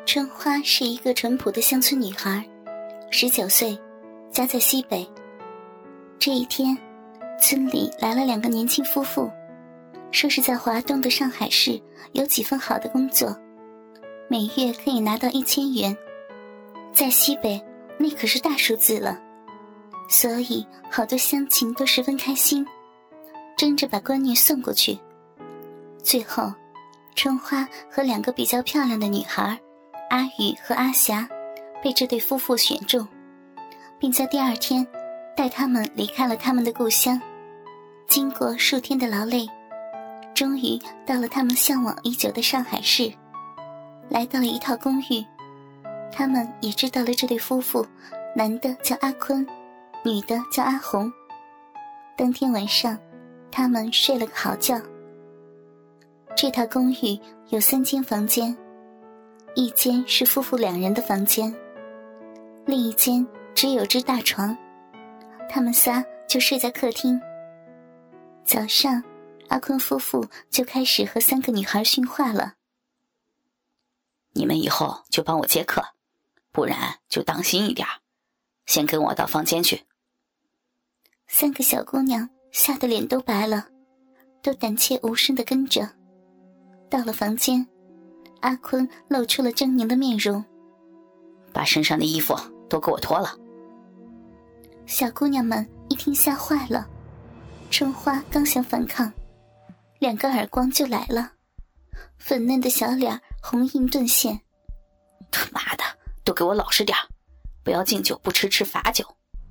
春花是一个淳朴的乡村女孩，19岁，家在西北。这一天，村里来了2个年轻夫妇，说是在华东的上海市有几份好的工作，每月可以拿到1000元，在西北那可是大数字了，所以好多乡亲都十分开心，争着把闺女送过去。最后，春花和2个比较漂亮的女孩阿雨和阿霞被这对夫妇选中，并在第2天带他们离开了他们的故乡。经过数天的劳累，终于到了他们向往已久的上海市，来到了一套公寓。他们也知道了这对夫妇，男的叫阿坤，女的叫阿红。当天晚上，他们睡了个好觉。这套公寓有3间房间，一间是夫妇2人的房间，另一间只有只大床，他们仨就睡在客厅。早上，阿坤夫妇就开始和3个女孩训话了。 你们以后就帮我接客，不然就当心一点，先跟我到房间去。 3个小姑娘吓得脸都白了，都胆怯无声地跟着。到了房间，阿坤露出了狰狞的面容。 把身上的衣服都给我脱了。 小姑娘们一听吓坏了，春花刚想反抗，2个耳光就来了，粉嫩的小脸红印顿现。 他妈的，都给我老实点，不要敬酒不吃罚酒。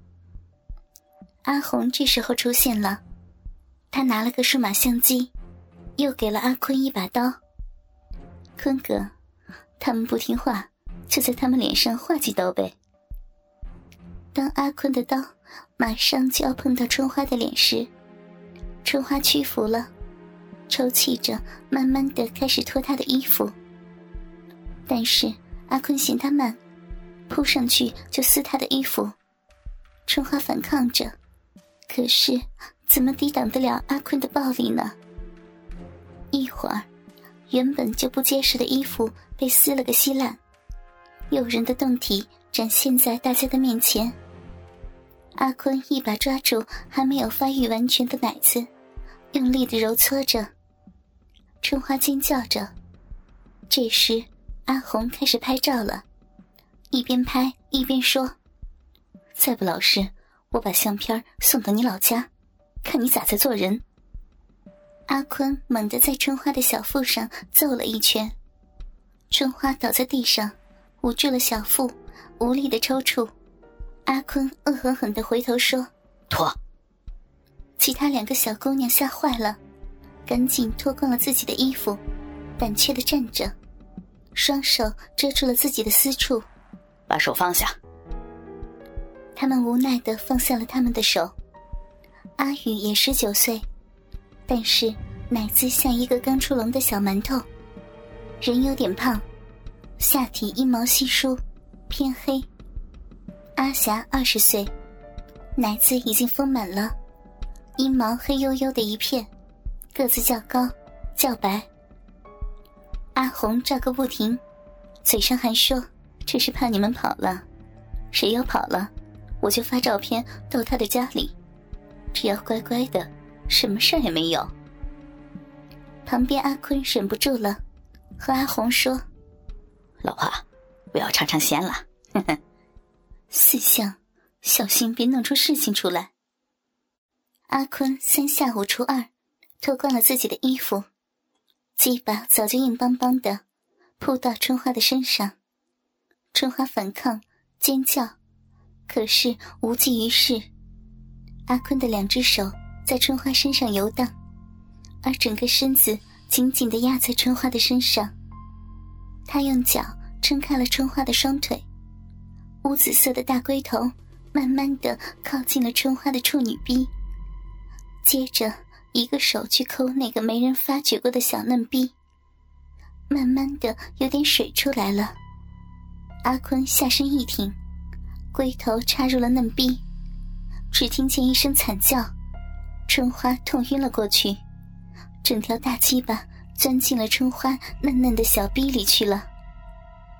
阿红这时候出现了，她拿了个数码相机，又给了阿坤一把刀。坤哥，他们不听话，就在他们脸上划几刀呗。当阿坤的刀马上就要碰到春花的脸时，春花屈服了，抽泣着慢慢地开始脱她的衣服。但是阿坤嫌她慢，扑上去就撕她的衣服。春花反抗着，可是怎么抵挡得了阿坤的暴力呢？一会儿，原本就不结实的衣服被撕了个稀烂，诱人的胴体展现在大家的面前。阿坤一把抓住还没有发育完全的奶子，用力地揉搓着。春花尖叫着。这时阿红开始拍照了，一边拍一边说，再不老实，我把相片送到你老家，看你咋再做人。阿坤猛地在春花的小腹上揍了一拳，春花倒在地上，捂住了小腹，无力地抽搐。阿坤恶狠狠地回头说， 脱。 其他2个小姑娘吓坏了，赶紧脱光了自己的衣服，胆怯地站着，双手遮住了自己的私处。 把手放下。 他们无奈地放下了他们的手。阿雨也19岁，但是奶子像一个刚出笼的小馒头，人有点胖，下体阴毛稀疏，偏黑。阿霞20岁，奶子已经丰满了，阴毛黑黝黝的一片，个子较高较白。阿红照个不停，嘴上还说，这是怕你们跑了，谁要跑了我就发照片到他的家里，只要乖乖的，什么事也没有。旁边阿坤忍不住了，和阿红说， 老婆，不要尝尝鲜了，呵呵。 四相，小心别弄出事情出来。阿坤3下5除2脱光了自己的衣服，鸡巴早就硬邦邦的扑到春花的身上。春花反抗尖叫，可是无济于事。阿坤的2只手在春花身上游荡，而整个身子紧紧地压在春花的身上。他用脚撑开了春花的双腿，乌紫色的大龟头慢慢地靠近了春花的处女逼，接着一个手去抠那个没人发觉过的小嫩逼，慢慢的有点水出来了。阿坤下身一挺，龟头插入了嫩逼，只听见一声惨叫，春花痛晕了过去，整条大鸡巴钻进了春花嫩嫩的小逼里去了。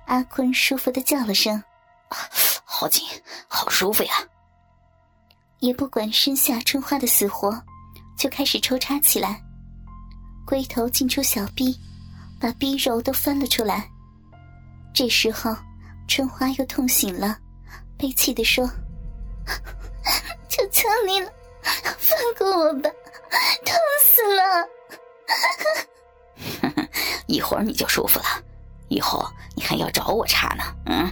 阿坤舒服地叫了声， 好紧，好舒服呀。 也不管身下春花的死活，就开始抽插起来，龟头进出小逼，把逼肉都翻了出来。这时候春花又痛醒了，悲泣地说，求求你了，放过我吧，痛死了。 一会儿你就舒服了，以后你还要找我插呢。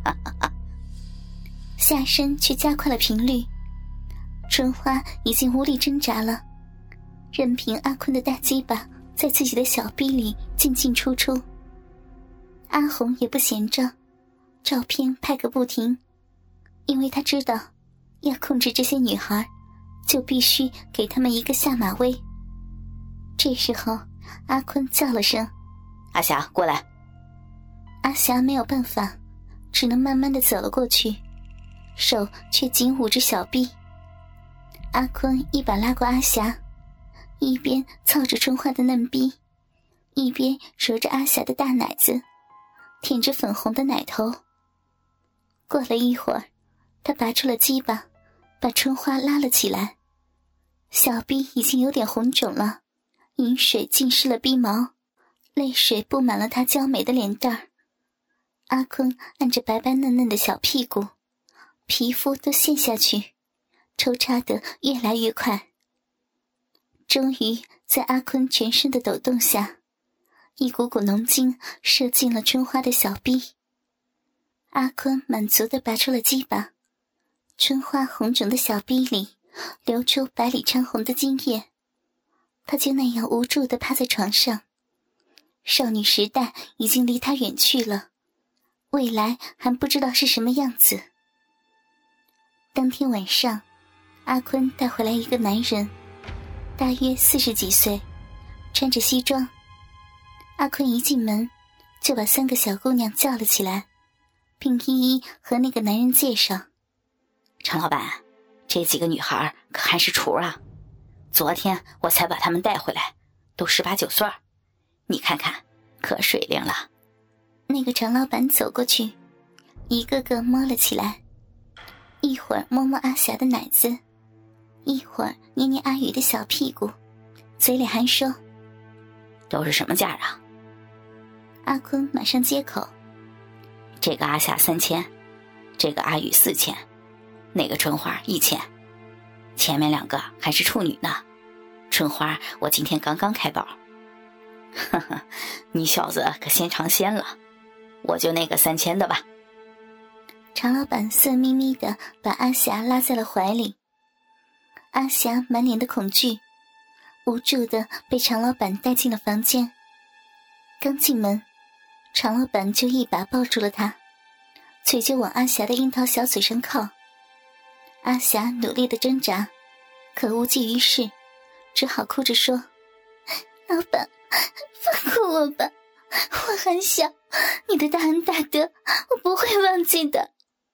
下身却加快了频率，春花已经无力挣扎了，任凭阿坤的大鸡巴在自己的小逼里进进出出。阿红也不闲着，照片拍个不停，因为他知道要控制这些女孩，就必须给他们一个下马威。这时候阿坤叫了声， 阿霞过来。 阿霞没有办法，只能慢慢地走了过去，手却紧捂着小臂。阿坤一把拉过阿霞，一边操着春花的嫩逼，一边揉着阿霞的大奶子，舔着粉红的奶头。过了一会儿，他拔出了鸡巴，把春花拉了起来，小臂已经有点红肿了，饮水浸湿了逼毛，泪水布满了他娇美的脸蛋儿。阿坤按着白白嫩嫩的小屁股，皮肤都陷下去，抽插得越来越快。终于在阿坤全身的抖动下，一股股浓精射进了春花的小臂。阿坤满足地拔出了鸡巴，春花红肿的小臂里流出百里穿红的精液，她就那样无助地趴在床上。少女时代已经离她远去了，未来还不知道是什么样子。当天晚上，阿坤带回来一个男人，大约40几岁，穿着西装。阿坤一进门就把3个小姑娘叫了起来，并一一和那个男人介绍。 陈老板，这几个女孩可还是雏啊，昨天我才把她们带回来，都18、19岁，你看看可水灵了。 那个常老板走过去，一个个摸了起来，一会儿摸摸阿霞的奶子，一会儿捏捏阿宇的小屁股，嘴里还说， 都是什么价啊？ 阿坤马上接口， 这个阿霞3000，这个阿宇4000，那个春花1000，前面2个还是处女呢，春花我今天刚刚开包。呵呵，你小子可先尝鲜了，我就那个3000的吧。 常老板色眯眯地把阿霞拉在了怀里，阿霞满脸的恐惧，无助地被常老板带进了房间。刚进门，常老板就一把抱住了她，嘴就往阿霞的樱桃小嘴上靠。阿霞努力地挣扎，可无济于事，只好哭着说，老板，放过我吧，我很小，你的大恩大德我不会忘记的。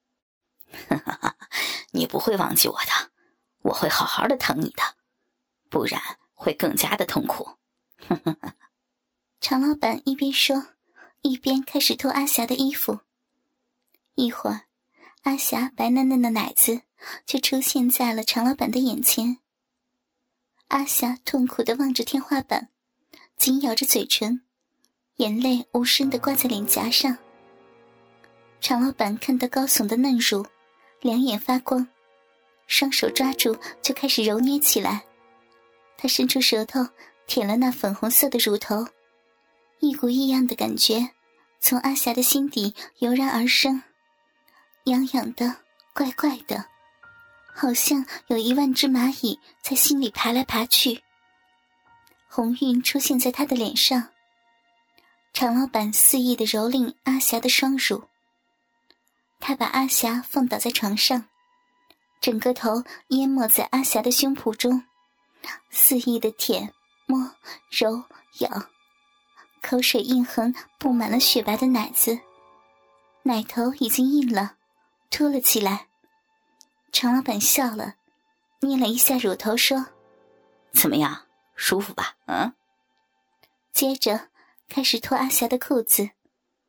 你不会忘记我的，我会好好的疼你的，不然会更加的痛苦。 常老板一边说，一边开始脱阿霞的衣服。一会儿，阿霞白嫩嫩的奶子就出现在了常老板的眼前。阿霞痛苦地望着天花板，紧咬着嘴唇，眼泪无声地挂在脸颊上。常老板看到高耸的嫩乳，两眼发光，双手抓住就开始揉捏起来。他伸出舌头舔了那粉红色的乳头，一股异样的感觉从阿霞的心底油然而生，痒痒的，怪怪的，好像有10000只蚂蚁在心里爬来爬去。红晕出现在他的脸上，常老板肆意地蹂躏阿霞的双乳。他把阿霞放倒在床上，整个头淹没在阿霞的胸脯中，肆意地舔、摸、揉、咬，口水印痕布满了雪白的奶子，奶头已经硬了，凸了起来。常老板笑了，捏了一下乳头说， 怎么样，舒服吧？ 接着开始脱阿霞的裤子，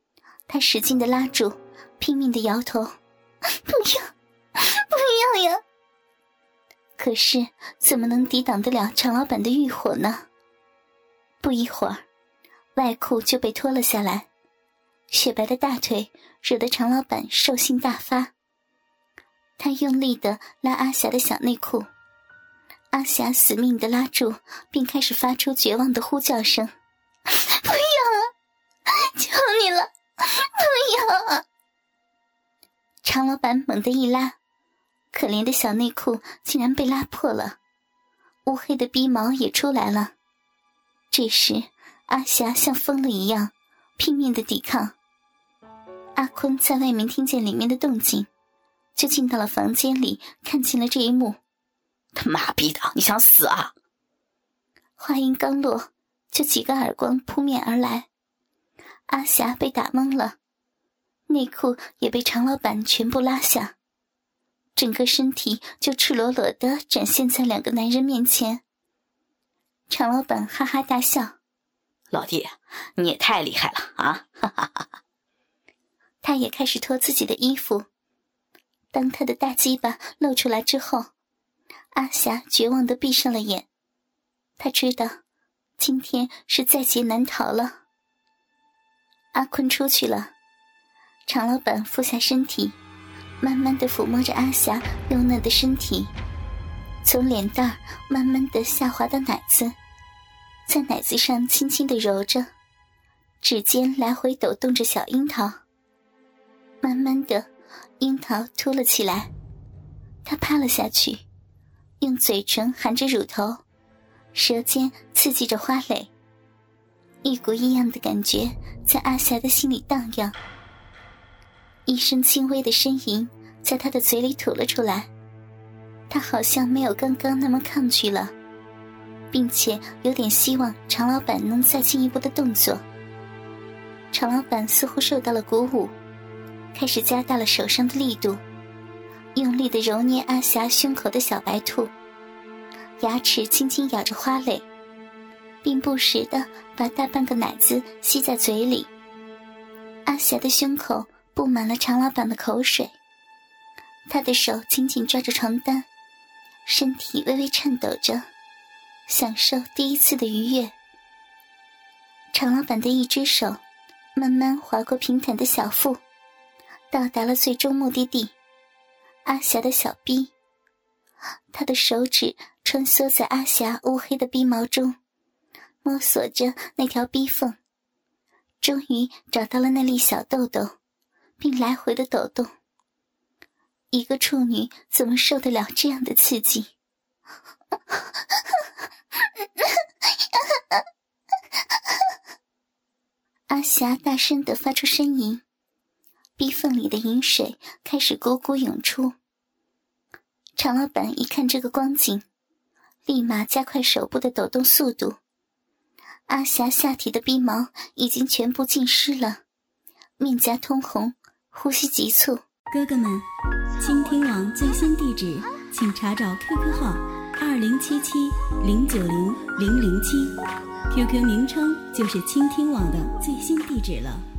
他使劲地拉住，拼命地摇头，不要呀！可是怎么能抵挡得了常老板的欲火呢？不一会儿，外裤就被脱了下来，雪白的大腿惹得常老板兽性大发。他用力地拉阿霞的小内裤，阿霞死命地拉住，并开始发出绝望的呼叫声：不要啊！求你了，不要啊！常老板猛地一拉，可怜的小内裤竟然被拉破了，乌黑的逼毛也出来了。这时阿霞像疯了一样拼命地抵抗。阿坤在外面听见里面的动静，就进到了房间里，看见了这一幕。 他妈逼的，你想死啊！ 话音刚落，就几个耳光扑面而来。阿霞被打懵了，内裤也被常老板全部拉下，整个身体就赤裸裸地展现在两个男人面前。常老板哈哈大笑： 老弟，你也太厉害了啊！哈哈哈哈。 他也开始脱自己的衣服。当他的大鸡巴露出来之后，阿霞绝望地闭上了眼。他知道今天是在劫难逃了。阿坤出去了，常老板俯下身体，慢慢地抚摸着阿霞幼嫩的身体，从脸蛋慢慢地下滑到奶子，在奶子上轻轻地揉着，指尖来回抖动着小樱桃。慢慢的，樱桃凸了起来，他趴了下去，用嘴唇含着乳头，舌尖刺激着花蕾，一股异样的感觉在阿霞的心里荡漾。一声轻微的呻吟在他的嘴里吐了出来，他好像没有刚刚那么抗拒了，并且有点希望常老板能再进一步的动作。常老板似乎受到了鼓舞，开始加大了手上的力度，用力地揉捏阿霞胸口的小白兔，牙齿轻轻咬着花蕾，并不时地把大半个奶子吸在嘴里。阿霞的胸口布满了常老板的口水，他的手紧紧抓着床单，身体微微颤抖着，享受第一次的愉悦。常老板的一只手慢慢划过平坦的小腹，到达了最终目的地，阿霞的小臂。他的手指穿梭在阿霞乌黑的逼毛中，摸索着那条逼缝，终于找到了那粒小豆豆，并来回的抖动。一个处女怎么受得了这样的刺激？阿霞大声地发出呻吟，逼缝里的饮水开始汩汩涌出。常老板一看这个光景，立马加快手部的抖动速度。阿霞下体的逼毛已经全部浸湿了，面颊通红，呼吸急促。 哥哥们，倾听网最新地址请查找 QQ 号2077090007，QQ 名称就是倾听网的最新地址了。